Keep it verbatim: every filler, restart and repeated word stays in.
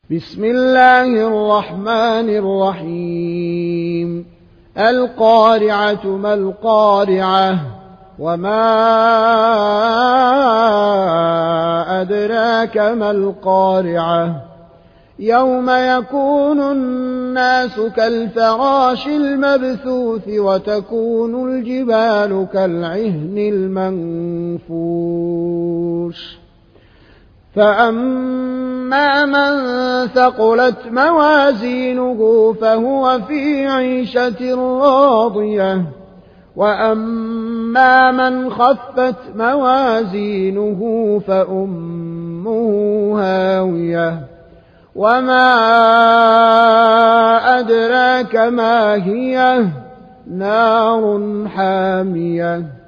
بسم الله الرحمن الرحيم القارعة ما القارعة وما أدراك ما القارعة يوم يكون الناس كالفراش المبثوث وتكون الجبال كالعهن المنفوش فأما من ثقلت موازينه فهو في عيشة راضية وأما من خفت موازينه فأمه هاوية وما أدراك ما هي نار حامية